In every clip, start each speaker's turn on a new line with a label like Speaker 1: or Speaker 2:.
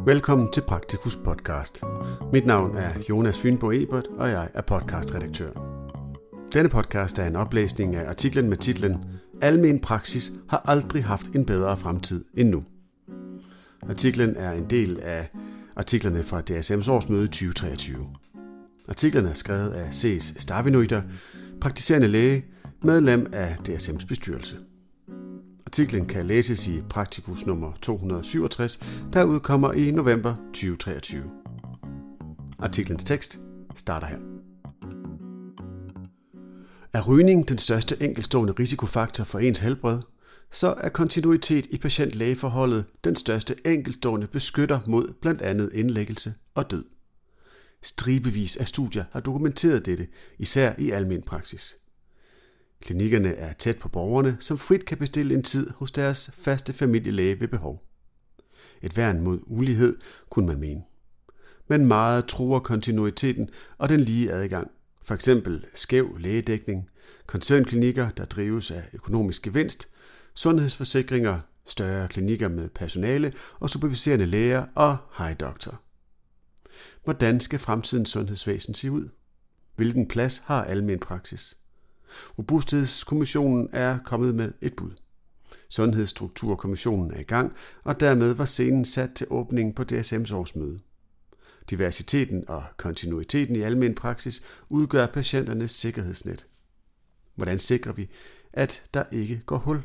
Speaker 1: Velkommen til Praktikus podcast. Mit navn er Jonas Fynbo Ebert, og jeg er podcastredaktør. Denne podcast er en oplæsning af artiklen med titlen Almen praksis har aldrig haft en bedre fremtid end nu. Artiklen er en del af artiklerne fra DSM's årsmøde 2023. Artiklen er skrevet af C.S. Stavinuiter, praktiserende læge, medlem af DSM's bestyrelse. Artiklen kan læses i Praktikus nummer 267, der udkommer i november 2023. Artiklens tekst starter her. Er rygning den største enkeltstående risikofaktor for ens helbred, så er kontinuitet i patient-lægeforholdet den største enkeltstående beskytter mod blandt andet indlæggelse og død. Stribevis af studier har dokumenteret dette, især i almen praksis. Klinikkerne er tæt på borgerne, som frit kan bestille en tid hos deres faste familielæge ved behov. Et værn mod ulighed, kunne man mene. Men meget truer kontinuiteten og den lige adgang. For eksempel skæv lægedækning, koncernklinikker, der drives af økonomisk gevinst, sundhedsforsikringer, større klinikker med personale og superviserende læger og high doctor. Hvordan skal fremtidens sundhedsvæsen se ud? Hvilken plads har almen praksis? Robusthedskommissionen er kommet med et bud. Sundhedsstrukturkommissionen er i gang, og dermed var scenen sat til åbningen på DSM's årsmøde. Diversiteten og kontinuiteten i almen praksis udgør patienternes sikkerhedsnet. Hvordan sikrer vi, at der ikke går hul?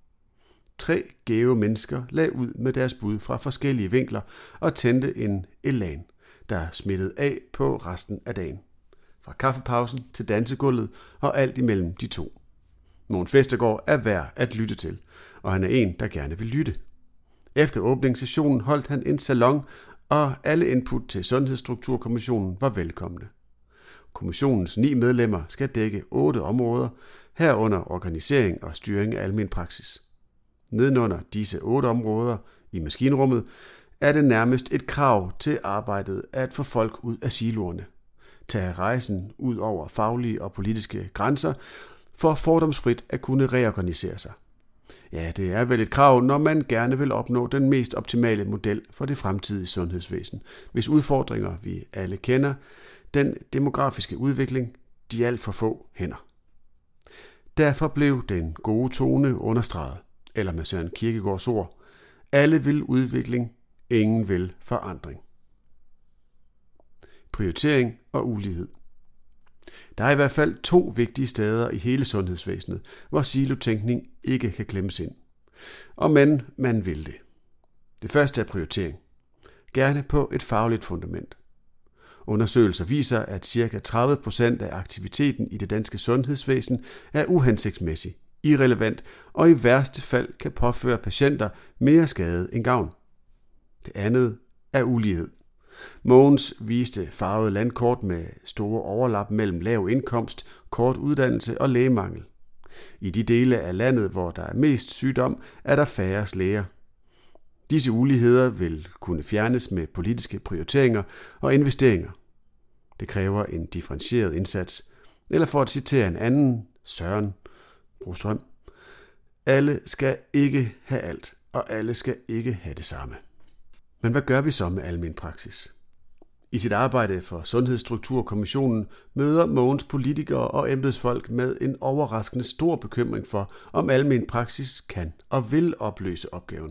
Speaker 1: 3 gæve mennesker lagde ud med deres bud fra forskellige vinkler og tændte en elan, der smittede af på resten af dagen. Fra kaffepausen til dansegulvet og alt imellem de to. Mogens Vestergaard er værd at lytte til, og han er en, der gerne vil lytte. Efter åbningssessionen holdt han en salon, og alle input til Sundhedsstrukturkommissionen var velkomne. Kommissionens 9 medlemmer skal dække 8 områder, herunder organisering og styring af almen praksis. Nedenunder disse 8 områder i maskinrummet er det nærmest et krav til arbejdet at få folk ud af siloerne. Tage rejsen ud over faglige og politiske grænser for fordomsfrit at kunne reorganisere sig. Ja, det er vel et krav, når man gerne vil opnå den mest optimale model for det fremtidige sundhedsvæsen, hvis udfordringer vi alle kender, den demografiske udvikling, de alt for få hænder. Derfor blev den gode tone understreget, eller med Søren Kierkegaards ord, alle vil udvikling, ingen vil forandring. Prioritering og ulighed. Der er i hvert fald 2 vigtige steder i hele sundhedsvæsenet, hvor silotænkning ikke kan klemmes ind. Og men man vil det. Det første er prioritering. Gerne på et fagligt fundament. Undersøgelser viser, at ca. 30% af aktiviteten i det danske sundhedsvæsen er uhensigtsmæssig, irrelevant og i værste fald kan påføre patienter mere skade end gavn. Det andet er ulighed. Mogens viste farvede landkort med store overlap mellem lav indkomst, kort uddannelse og lægemangel. I de dele af landet, hvor der er mest sygdom, er der færrest læger. Disse uligheder vil kunne fjernes med politiske prioriteringer og investeringer. Det kræver en differentieret indsats, eller for at citere en anden, Søren Brostrøm, alle skal ikke have alt, og alle skal ikke have det samme. Men hvad gør vi så med almen praksis? I sit arbejde for Sundhedsstrukturkommissionen møder Mogens politikere og embedsfolk med en overraskende stor bekymring for, om almen praksis kan og vil opløse opgaven.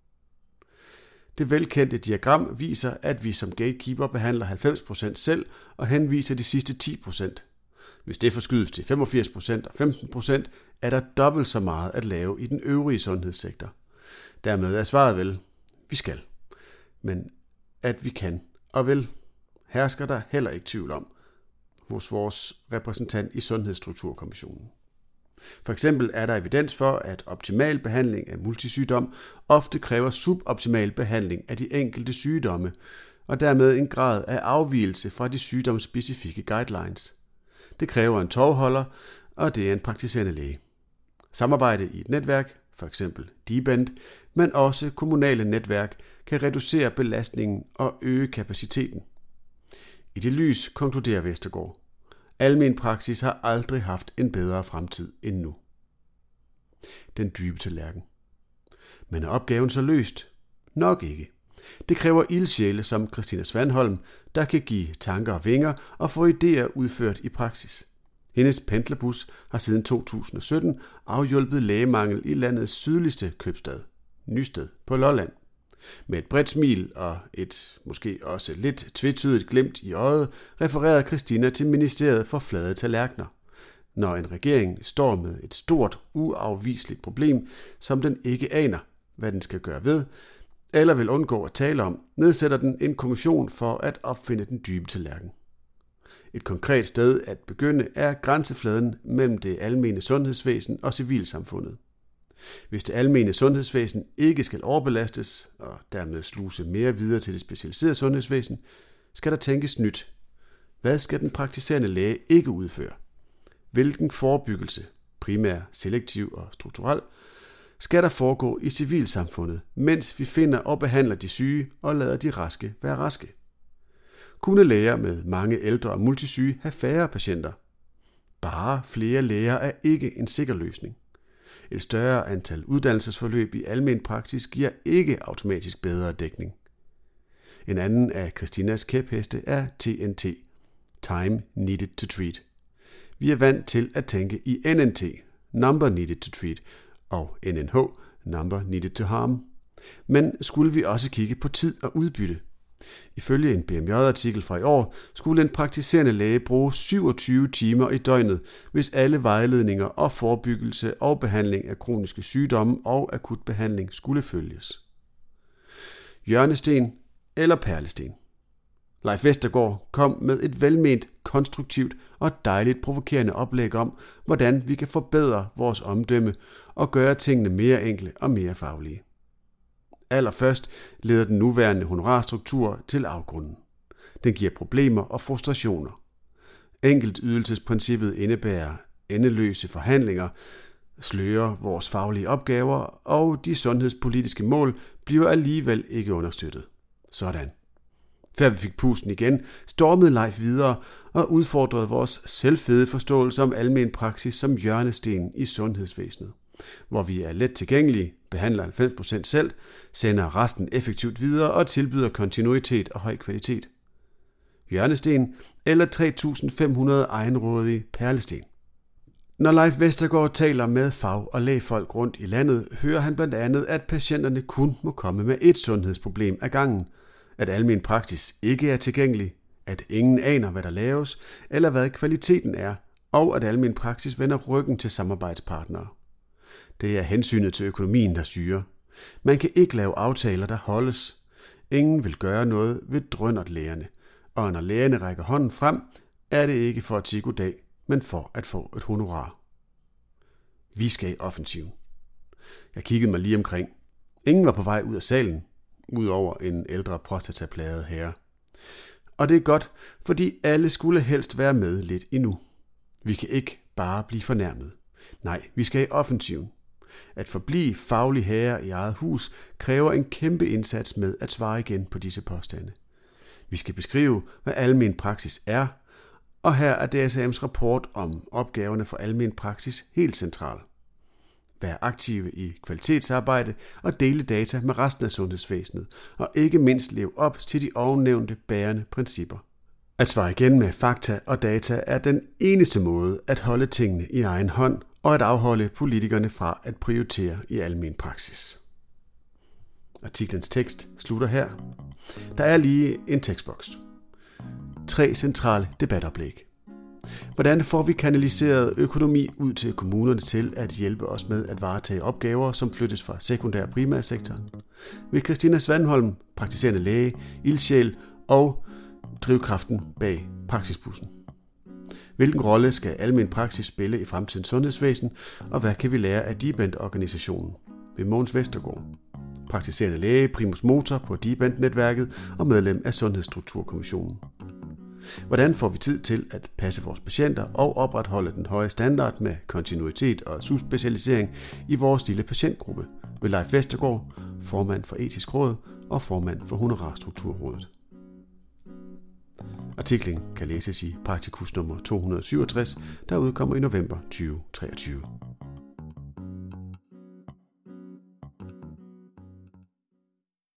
Speaker 1: Det velkendte diagram viser, at vi som gatekeeper behandler 90% selv og henviser de sidste 10%. Hvis det forskydes til 85% og 15%, er der dobbelt så meget at lave i den øvrige sundhedssektor. Dermed er svaret vel, vi skal. Men at vi kan og vil, hersker der heller ikke tvivl om hos vores repræsentant i Sundhedsstrukturkommissionen. For eksempel er der evidens for, at optimal behandling af multisygdom ofte kræver suboptimal behandling af de enkelte sygdomme, og dermed en grad af afvigelse fra de sygdomsspecifikke guidelines. Det kræver en tovholder, og det er en praktiserende læge. Samarbejde i et netværk, for eksempel DBEND, men også kommunale netværk, kan reducere belastningen og øge kapaciteten. I det lys konkluderer Vestergaard. Almen praksis har aldrig haft en bedre fremtid end nu. Den dybe tallerken. Men er opgaven så løst? Nok ikke. Det kræver ildsjæle som Christina Svanholm, der kan give tanker og vinger og få idéer udført i praksis. Hendes pendlerbus har siden 2017 afhjulpet lægemangel i landets sydligste købstad, Nysted på Lolland. Med et bredt smil og et måske også lidt tvetydigt glimt i øjet, refererede Christina til ministeriet for flade tallerkener. Når en regering står med et stort, uafviseligt problem, som den ikke aner, hvad den skal gøre ved, eller vil undgå at tale om, nedsætter den en kommission for at opfinde den dybe tallerken. Et konkret sted at begynde er grænsefladen mellem det almene sundhedsvæsen og civilsamfundet. Hvis det almene sundhedsvæsen ikke skal overbelastes og dermed sluse mere videre til det specialiserede sundhedsvæsen, skal der tænkes nyt. Hvad skal den praktiserende læge ikke udføre? Hvilken forebyggelse, primær, selektiv og strukturel, skal der foregå i civilsamfundet, mens vi finder og behandler de syge og lader de raske være raske? Kunne læger med mange ældre og multisyge have færre patienter? Bare flere læger er ikke en sikker løsning. Et større antal uddannelsesforløb i almen praksis giver ikke automatisk bedre dækning. En anden af Christinas kæpheste er TNT, Time Needed to Treat. Vi er vant til at tænke i NNT, Number Needed to Treat, og NNH, Number Needed to Harm. Men skulle vi også kigge på tid og udbytte? Ifølge en BMJ-artikel fra i år, skulle en praktiserende læge bruge 27 timer i døgnet, hvis alle vejledninger og forebyggelse og behandling af kroniske sygdomme og akut behandling skulle følges. Hjørnesten eller perlesten? Leif Vestergaard kom med et velment, konstruktivt og dejligt provokerende oplæg om, hvordan vi kan forbedre vores omdømme og gøre tingene mere enkle og mere faglige. Allerførst leder den nuværende honorarstruktur til afgrunden. Den giver problemer og frustrationer. Enkeltydelsesprincippet indebærer endeløse forhandlinger, slører vores faglige opgaver, og de sundhedspolitiske mål bliver alligevel ikke understøttet. Sådan. Før vi fik pusten igen, stormede Leif videre og udfordrede vores selvfede forståelse om almen praksis som hjørnesten i sundhedsvæsenet, hvor vi er let tilgængelige, behandler 90% selv, sender resten effektivt videre og tilbyder kontinuitet og høj kvalitet. Hjørnesten eller 3.500 egenrådige perlesten. Når Leif Vestergaard taler med fag- og lægefolk rundt i landet, hører han blandt andet, at patienterne kun må komme med et sundhedsproblem ad gangen, at almen praksis ikke er tilgængelig, at ingen aner, hvad der laves, eller hvad kvaliteten er, og at almen praksis vender ryggen til samarbejdspartnere. Det er hensynet til økonomien, der styrer. Man kan ikke lave aftaler, der holdes. Ingen vil gøre noget ved drønnertlægerne, og når lægerne rækker hånden frem, er det ikke for at sige goddag, men for at få et honorar. Vi skal i offensiven. Jeg kiggede mig lige omkring. Ingen var på vej ud af salen, udover en ældre prostataplaget herre. Og det er godt, fordi alle skulle helst være med lidt endnu. Vi kan ikke bare blive fornærmet. Nej, vi skal i offensiven. At forblive faglig herre i eget hus kræver en kæmpe indsats med at svare igen på disse påstande. Vi skal beskrive, hvad almen praksis er, og her er DSAM's rapport om opgaverne for almen praksis helt central. Være aktive i kvalitetsarbejde og dele data med resten af sundhedsvæsenet, og ikke mindst leve op til de ovennævnte bærende principper. At svare igen med fakta og data er den eneste måde at holde tingene i egen hånd og at afholde politikerne fra at prioritere i almen praksis. Artiklens tekst slutter her. Der er lige en tekstboks. 3 centrale debatoplæg. Hvordan får vi kanaliseret økonomi ud til kommunerne til at hjælpe os med at varetage opgaver, som flyttes fra sekundær- og primærsektoren? Ved Christina Svanholm, praktiserende læge, ildsjæl og drivkraften bag praksisbussen. Hvilken rolle skal almen praksis spille i fremtidens sundhedsvæsen, og hvad kan vi lære af DBENT-organisationen? Ved Mogens Vestergaard, praktiserende læge, primus motor på DBENT-netværket og medlem af Sundhedsstrukturkommissionen. Hvordan får vi tid til at passe vores patienter og opretholde den høje standard med kontinuitet og subspecialisering i vores lille patientgruppe? Ved Leif Vestergaard, formand for Etisk Råd og formand for Honorarstrukturrådet. Artiklen kan læses i Praktikus nummer 267, der udkommer i november 2023.